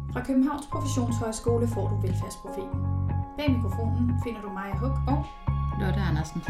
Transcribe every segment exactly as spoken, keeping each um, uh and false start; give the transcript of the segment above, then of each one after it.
Fra Københavns Professionshøjskole får du Velfærdsprofil. Bag mikrofonen finder du Maja Huk og Lotte Andersen.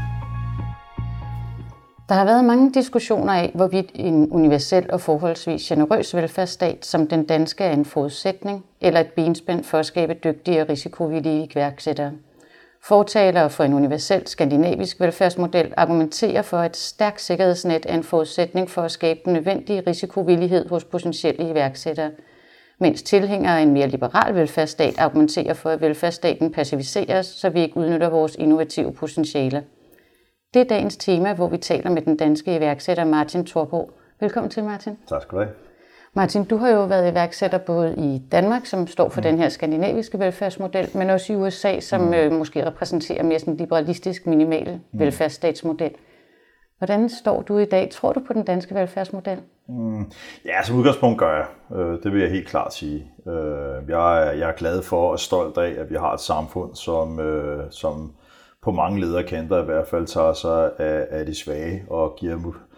Der har været mange diskussioner af, hvorvidt en universel og forholdsvis generøs velfærdsstat som den danske er en forudsætning eller et benspænd for at skabe dygtige og risikovillige iværksættere. Fortalere for en universel skandinavisk velfærdsmodel argumenterer for, at et stærkt sikkerhedsnet er en forudsætning for at skabe den nødvendige risikovillighed hos potentielle iværksættere, mens tilhængere af en mere liberal velfærdsstat argumenterer for, at velfærdsstaten passiviseres, så vi ikke udnytter vores innovative potentiale. Det er dagens tema, hvor vi taler med den danske iværksætter Martin Thorborg. Velkommen til, Martin. Tak skal du have. Martin, du har jo været iværksætter både i Danmark, som står for mm. den her skandinaviske velfærdsmodel, men også i U S A, som mm. øh, måske repræsenterer mere sådan en liberalistisk minimal mm. velfærdsstatsmodel. Hvordan står du i dag? Tror du på den danske velfærdsmodel? Mm. Ja, som udgangspunkt gør jeg. Det vil jeg helt klart sige. Jeg er, jeg er glad for og stolt af, at vi har et samfund, som, som på mange lederkanter i hvert fald tager sig af, af de svage og giver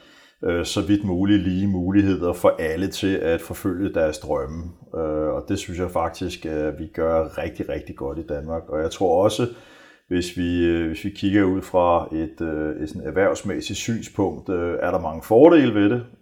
så vidt muligt lige muligheder for alle til at forfølge deres drømme. Og det synes jeg faktisk, at vi gør rigtig, rigtig godt i Danmark. Og jeg tror også, hvis vi, hvis vi kigger ud fra et, et sådan erhvervsmæssigt synspunkt, er der mange fordele ved det.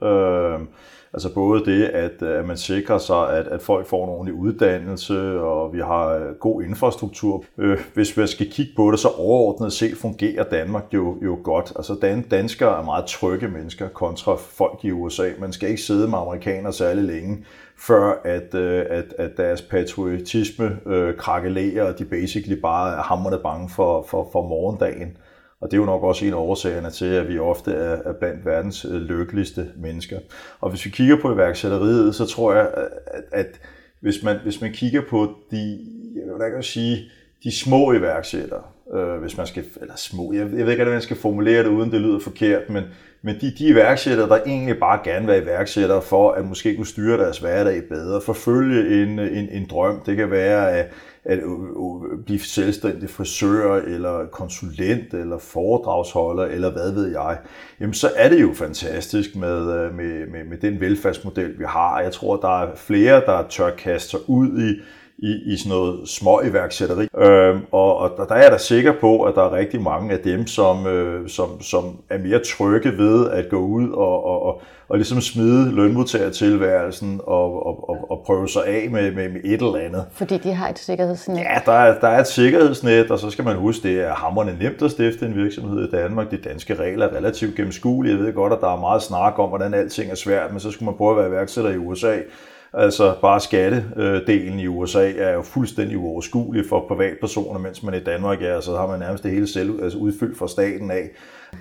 Altså både det, at, at man sikrer sig, at, at folk får en ordentlig uddannelse, og vi har god infrastruktur. Hvis man skal kigge på det, så overordnet set fungerer Danmark jo, jo godt. Altså dan, danskere er meget trygge mennesker kontra folk i U S A. Man skal ikke sidde med amerikanere særlig længe, før at, at, at deres patriotisme øh, krakelerer, og de basically bare er hamrende bange for, for, for morgendagen. Og det er jo nok også en af årsagerne til, at vi ofte er, er blandt verdens lykkeligste mennesker. Og hvis vi kigger på iværksætteriet, så tror jeg, at, at hvis, man, hvis man kigger på de, jeg vil sige, de små iværksættere, øh, hvis man skal, eller små, jeg, jeg ved ikke, hvordan man skal formulere det, uden det lyder forkert, men, men de, de iværksættere, der egentlig bare gerne vil være iværksættere for at måske kunne styre deres hverdag bedre, forfølge en, en, en drøm, det kan være at, at, at blive selvstændig frisør, eller konsulent, eller foredragsholder, eller hvad ved jeg, jamen så er det jo fantastisk med, med, med, med den velfærdsmodel, vi har. Jeg tror, der er flere, der tør kaste sig ud i I, i sådan noget små iværksætteri. Øhm, og, og der er jeg da sikker på, at der er rigtig mange af dem, som, øh, som, som er mere trygge ved at gå ud og, og, og, og ligesom smide lønmodtagertilværelsen og, og, og, og prøve sig af med, med, med et eller andet. Fordi de har et sikkerhedsnet. Ja, der er, der er et sikkerhedsnet, og så skal man huske, det er hamrende nemt at stifte en virksomhed i Danmark. De danske regler er relativt gennemskuelige. Jeg ved godt, at der er meget snak om, hvordan alting er svært, men så skulle man prøve at være iværksætter i U S A. Altså bare skattedelen i U S A er jo fuldstændig uoverskuelig for privatpersoner, mens man i Danmark er, så har man nærmest det hele selv altså udfyldt fra staten af.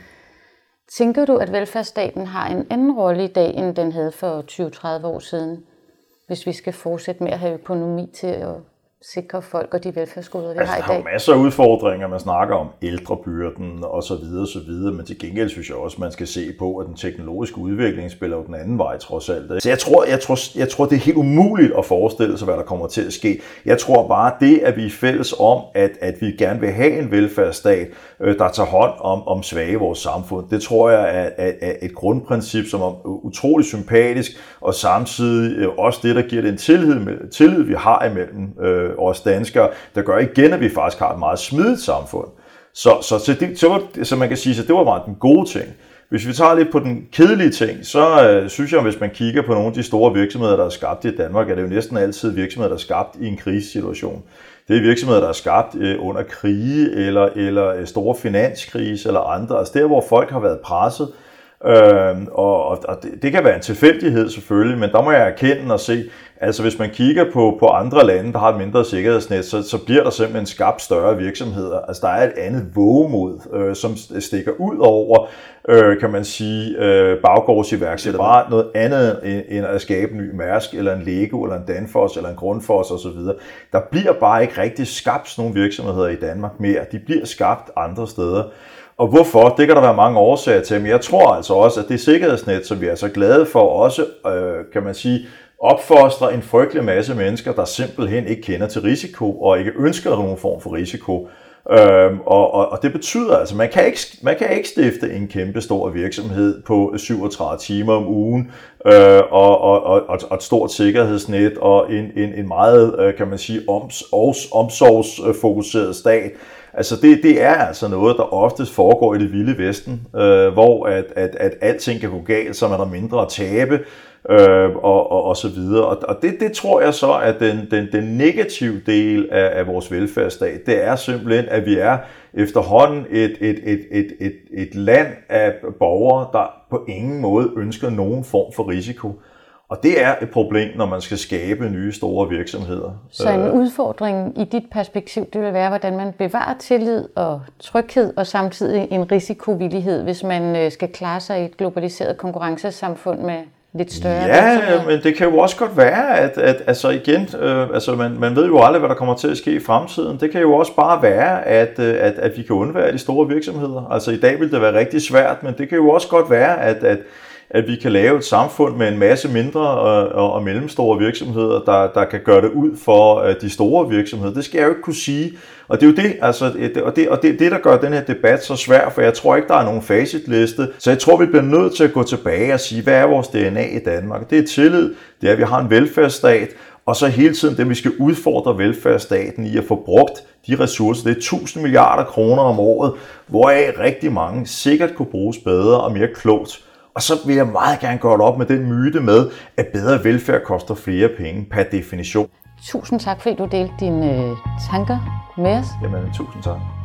Tænker du, at velfærdsstaten har en anden rolle i dag, end den havde for tyve til tredive år siden, hvis vi skal fortsætte med at have økonomi til at sikre folk og de velfærdsgoder, vi altså, har i dag? Der er jo masser af udfordringer, man snakker om ældrebyrden og så videre, så videre, men til gengæld synes jeg også, man skal se på, at den teknologiske udvikling spiller jo den anden vej trods alt. Så jeg tror, jeg tror, jeg tror, det er helt umuligt at forestille sig, hvad der kommer til at ske. Jeg tror bare, det, at vi er fælles om, at, at vi gerne vil have en velfærdsstat, der tager hånd om, om svage i vores samfund, det tror jeg er, er, er et grundprincip, som er utrolig sympatisk, og samtidig også det, der giver den tillid, tillid vi har imellem øh, os danskere, der gør igen, at vi faktisk har et meget smidigt samfund. Så, så, så, det, så, var, så man kan sige, at det var meget den gode ting. Hvis vi tager lidt på den kedelige ting, så øh, synes jeg, hvis man kigger på nogle af de store virksomheder, der er skabt i Danmark, er det jo næsten altid virksomheder, der er skabt i en krisesituation. Det er virksomheder, der er skabt øh, under krige, eller, eller store finanskrise, eller andre. Altså der, hvor folk har været presset. Øhm, og og det, det kan være en tilfældighed selvfølgelig, men der må jeg erkende og se, altså hvis man kigger på, på andre lande, der har et mindre sikkerhedsnet, så, så bliver der simpelthen skabt større virksomheder. Altså der er et andet vågemod, øh, som stikker ud over, øh, kan man sige, øh, baggårdsiværksætter. Bare noget andet end, end at skabe en ny Mærsk, eller en Lego, eller en Danfoss, eller en Grundfos osv. Der bliver bare ikke rigtig skabt sådan nogle virksomheder i Danmark mere. De bliver skabt andre steder. Og hvorfor? Det kan der være mange årsager til, men jeg tror altså også, at det sikkerhedsnet, som vi er så glade for, også, øh, kan man sige, opfostrer en frygtelig masse mennesker, der simpelthen ikke kender til risiko, og ikke ønsker nogen form for risiko. Øhm, og, og, og det betyder altså, man kan ikke, man kan ikke stifte en kæmpe stor virksomhed på syvogtredive timer om ugen, øh, og, og, og, og et stort sikkerhedsnet, og en, en, en meget, kan man sige, oms, omsorgsfokuseret stat. Altså det, det er altså noget, der oftest foregår i det vilde vesten, øh, hvor at, at, at alting kan gå galt, så man er mindre at tabe, øh, og, og, og så videre. Og, og det, det tror jeg så, at den, den, den negative del af, af vores velfærdsstat, det er simpelthen, at vi er efterhånden et, et, et, et, et, et land af borgere, der på ingen måde ønsker nogen form for risiko. Og det er et problem, når man skal skabe nye store virksomheder. Så en udfordring i dit perspektiv, det vil være, hvordan man bevarer tillid og tryghed, og samtidig en risikovillighed, hvis man skal klare sig i et globaliseret konkurrencesamfund med lidt større Ja, men det kan jo også godt være, at, at altså igen, øh, altså man, man ved jo aldrig, hvad der kommer til at ske i fremtiden. Det kan jo også bare være, at, at, at vi kan undvære de store virksomheder. Altså i dag vil det være rigtig svært, men det kan jo også godt være, at, at at vi kan lave et samfund med en masse mindre og, og mellemstore virksomheder, der, der kan gøre det ud for de store virksomheder. Det skal jeg jo ikke kunne sige. Og det er jo det, altså, og det, og det, det, der gør den her debat så svær, for jeg tror ikke, der er nogen facitliste. Så jeg tror, vi bliver nødt til at gå tilbage og sige, hvad er vores D N A i Danmark? Det er tillid, det er, at vi har en velfærdsstat, og så hele tiden det, vi skal udfordre velfærdsstaten i at få brugt de ressourcer. Det er tusind milliarder kroner om året, hvoraf rigtig mange sikkert kunne bruges bedre og mere klogt. Og så vil jeg meget gerne gøre det op med den myte med, at bedre velfærd koster flere penge per definition. Tusind tak, fordi du delte dine tanker med os. Jamen, tusind tak.